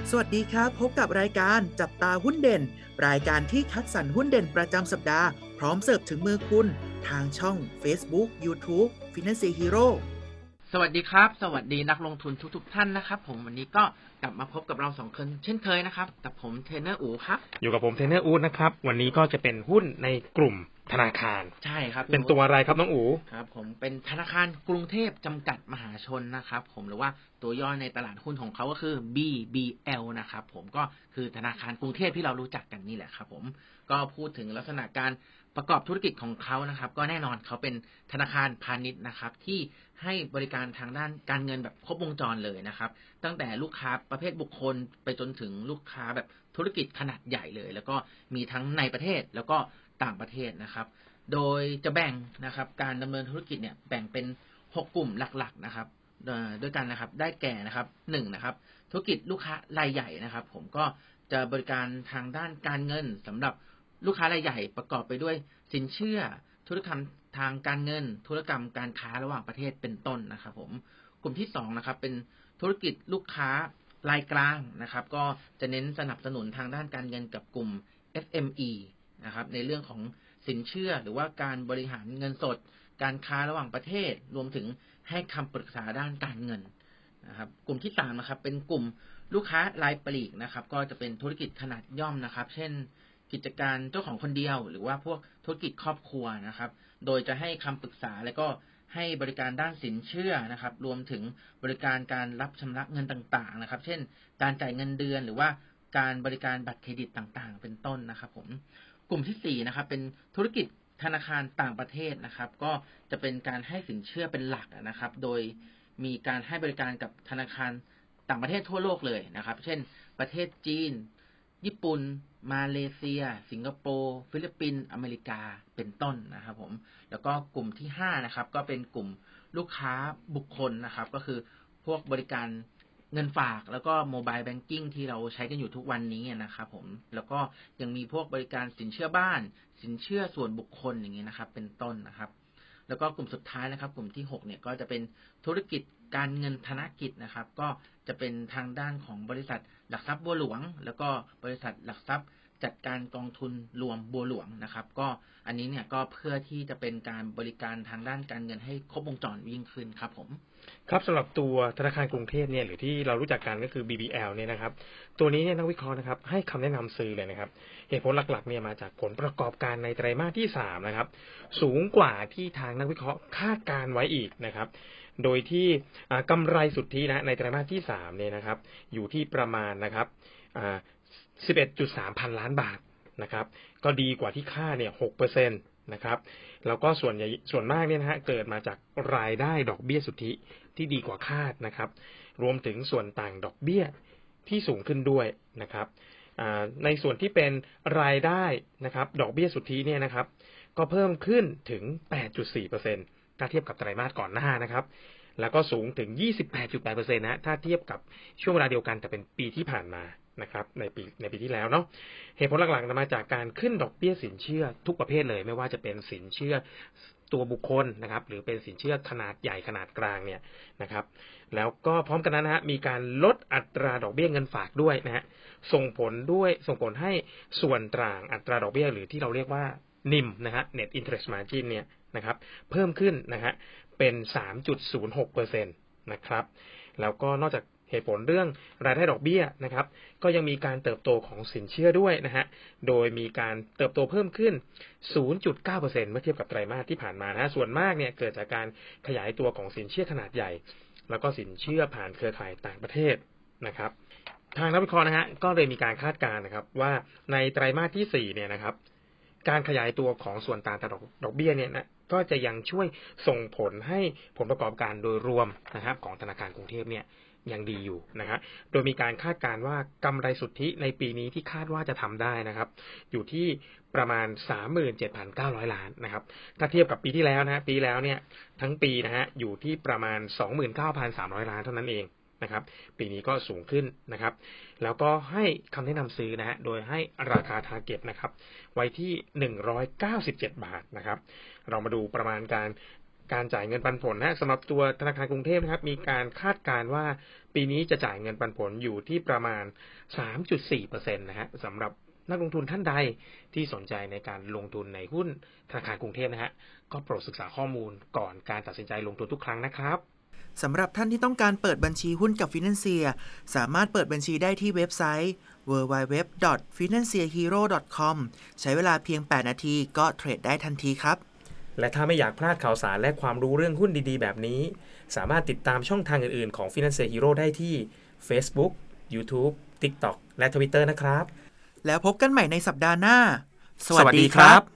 สวัสดีครับพบกับรายการจับตาหุ้นเด่นรายการที่คัดสรรหุ้นเด่นประจำสัปดาห์พร้อมเสิร์ฟถึงมือคุณทางช่อง Facebook YouTube Finance Hero สวัสดีครับสวัสดีนักลงทุนทุกท่านนะครับผมวันนี้ก็กลับมาพบกับเราสองคนเช่นเคยนะครับกับผมเทรนเนอร์อู๋ครับอยู่กับผมเทรนเนอร์อู๊ดนะครับวันนี้ก็จะเป็นหุ้นในกลุ่มธนาคารใช่ครับเป็นตัวอะไรครับน้องอู๋ครับผมเป็นธนาคารกรุงเทพจำกัดมหาชนนะครับผมหรือว่าตัวย่อในตลาดหุ้นของเขาก็คือ BBL นะครับผมก็คือธนาคารกรุงเทพที่เรารู้จักกันนี่แหละครับผมก็พูดถึงลักษณะการประกอบธุรกิจของเขานะครับก็แน่นอนเขาเป็นธนาคารพาณิชย์นะครับที่ให้บริการทางด้านการเงินแบบครบวงจรเลยนะครับตั้งแต่ลูกค้าประเภทบุคคลไปจนถึงลูกค้าแบบธุรกิจขนาดใหญ่เลยแล้วก็มีทั้งในประเทศแล้วก็ต่างประเทศนะครับโดยจะแบ่งนะครับการดำเนินธุรกิจเนี่ยแบ่งเป็น6กลุ่มหลักๆนะครับด้วยกันนะครับได้แก่นะครับ1นะครับธุรกิจลูกค้ารายใหญ่นะครับผมก็จะบริการทางด้านการเงินสำหรับลูกค้ารายใหญ่ประกอบไปด้วยสินเชื่อธุรกรรมทางการเงินธุรกรรมการค้าระหว่างประเทศเป็นต้นนะครับผมกลุ่มที่2นะครับเป็นธุรกิจลูกค้ารายกลางนะครับก็จะเน้นสนับสนุนทางด้านการเงินกับกลุ่ม SME นะครับในเรื่องของสินเชื่อหรือว่าการบริหารเงินสดการค้าระหว่างประเทศรวมถึงให้คำปรึกษาด้านการเงินนะครับกลุ่มที่3นะครับเป็นกลุ่มลูกค้ารายปลีกนะครับก็จะเป็นธุรกิจขนาดย่อมนะครับเช่นกิจการเจ้าของคนเดียวหรือว่าพวกธุรกิจครอบครัวนะครับโดยจะให้คำปรึกษาแล้วก็ให้บริการด้านสินเชื่อนะครับรวมถึงบริการการรับชำระเงินต่างๆนะครับเช่นการจ่ายเงินเดือนหรือว่าการบริการบัตรเครดิตต่างๆเป็นต้นนะครับผมกลุ่มที่4นะครับเป็นธุรกิจธนาคารต่างประเทศนะครับก็จะเป็นการให้สินเชื่อเป็นหลักนะครับโดยมีการให้บริการกับธนาคารต่างประเทศทั่วโลกเลยนะครับเช่นประเทศจีนญี่ปุ่นมาเลเซียสิงคโปร์ฟิลิปปินส์อเมริกาเป็นต้นนะครับผมแล้วก็กลุ่มที่5นะครับก็เป็นกลุ่มลูกค้าบุคคลนะครับก็คือพวกบริการเงินฝากแล้วก็โมบายแบงกิ้งที่เราใช้กันอยู่ทุกวันนี้นะครับผมแล้วก็ยังมีพวกบริการสินเชื่อบ้านสินเชื่อส่วนบุคคลอย่างนี้นะครับเป็นต้นนะครับแล้วก็กลุ่มสุดท้ายนะครับกลุ่มที่6เนี่ยก็จะเป็นธุรกิจการเงินธนกิจนะครับก็จะเป็นทางด้านของบริษัทหลักทรัพย์บัวหลวงแล้วก็บริษัทหลักทรัพย์จัดการกองทุนรวมบัวหลวงนะครับก็อันนี้เนี่ยก็เพื่อที่จะเป็นการบริการทางด้านการเงินให้ครบวงจรยิ่งขึ้นครับผมครับสำหรับตัวธนาคารกรุงเทพเนี่ยหรือที่เรารู้จักกันก็คือ BBL เนี่ยนะครับตัวนี้เนี่ยนักวิเคราะห์นะครับให้คำแนะนำซื้อเลยนะครับเหตุผลหลักๆเนี่ยมาจากผลประกอบการในไตรมาสที่3นะครับสูงกว่าที่ทางนักวิเคราะห์คาดการไว้อีกนะครับโดยที่กำไรสุทธินะในไตรมาสที่3เนี่ยนะครับอยู่ที่ประมาณนะครับ11.3 พันล้านบาทนะครับก็ดีกว่าที่คาดเนี่ย 6% นะครับแล้วก็ส่วนมากเนี่ยนะฮะเกิดมาจากรายได้ดอกเบี้ยสุทธิที่ดีกว่าคาดนะครับรวมถึงส่วนต่างดอกเบี้ยที่สูงขึ้นด้วยนะครับในส่วนที่เป็นรายได้นะครับดอกเบี้ยสุทธิเนี่ยนะครับก็เพิ่มขึ้นถึง 8.4% ถ้าเทียบกับไตรมาสก่อนหน้านะครับแล้วก็สูงถึง 28.8% นะถ้าเทียบกับช่วงเวลาเดียวกันแต่เป็นปีที่ผ่านมานะครับในปีที่แล้วเนาะเหตุผลหลักๆมาจากการขึ้นดอกเบี้ยสินเชื่อทุกประเภทเลยไม่ว่าจะเป็นสินเชื่อตัวบุคคลนะครับหรือเป็นสินเชื่อขนาดใหญ่ขนาดกลางเนี่ยนะครับแล้วก็พร้อมกันนั้นนะฮะมีการลดอัตราดอกเบี้ยเงินฝากด้วยนะฮะส่งผลให้ส่วนต่างอัตราดอกเบี้ยหรือที่เราเรียกว่า NIM นะฮะ Net Interest Margin เนี่ยนะครับเพิ่มขึ้นนะฮะเป็น 3.06% นะครับแล้วก็นอกจากเหตุผลเรื่องรายได้ดอกเบี้ยนะครับก็ยังมีการเติบโตของสินเชื่อด้วยนะฮะโดยมีการเติบโตเพิ่มขึ้น 0.9% เมื่อเทียบกับไตรมาสที่ผ่านมานะฮะส่วนมากเนี่ยเกิดจากการขยายตัวของสินเชื่อขนาดใหญ่แล้วก็สินเชื่อผ่านเครือข่ายต่างประเทศนะครับทางนักวิเคราะห์นะฮะก็เลยมีการคาดการณ์นะครับว่าในไตรมาสที่4เนี่ยนะครับการขยายตัวของส่วนต่างดอกเบี้ยเนี่ยนะก็จะยังช่วยส่งผลให้ผลประกอบการโดยรวมนะครับของธนาคารกรุงเทพเนี่ยยังดีอยู่นะครับโดยมีการคาดการณ์ว่ากำไรสุทธิในปีนี้ที่คาดว่าจะทำได้นะครับอยู่ที่ประมาณ 37,900 ล้านนะครับถ้าเทียบกับปีที่แล้วนะปีแล้วเนี่ยทั้งปีนะฮะอยู่ที่ประมาณ 29,300 ล้านเท่านั้นเองนะครับปีนี้ก็สูงขึ้นนะครับแล้วก็ให้คำแนะนำซื้อนะฮะโดยให้ราคาทาร์เก็ตนะครับไว้ที่197 บาทนะครับเรามาดูประมาณการการจ่ายเงินปันผลนะสำหรับตัวธนาคารกรุงเทพนะครับมีการคาดการณ์ว่าปีนี้จะจ่ายเงินปันผลอยู่ที่ประมาณ 3.4% นะฮะสำหรับนักลงทุนท่านใดที่สนใจในการลงทุนในหุ้นธนาคารกรุงเทพนะฮะก็โปรดศึกษาข้อมูลก่อนการตัดสินใจลงทุนทุกครั้งนะครับสำหรับท่านที่ต้องการเปิดบัญชีหุ้นกับ Financier สามารถเปิดบัญชีได้ที่เว็บไซต์ www.financierhero.com ใช้เวลาเพียง 8 นาทีก็เทรดได้ทันทีครับและถ้าไม่อยากพลาดข่าวสารและความรู้เรื่องหุ้นดีๆแบบนี้สามารถติดตามช่องทางอื่นๆของ Financier Hero ได้ที่ Facebook, YouTube, TikTok และ Twitter นะครับแล้วพบกันใหม่ในสัปดาห์หน้าสวัสดีครับ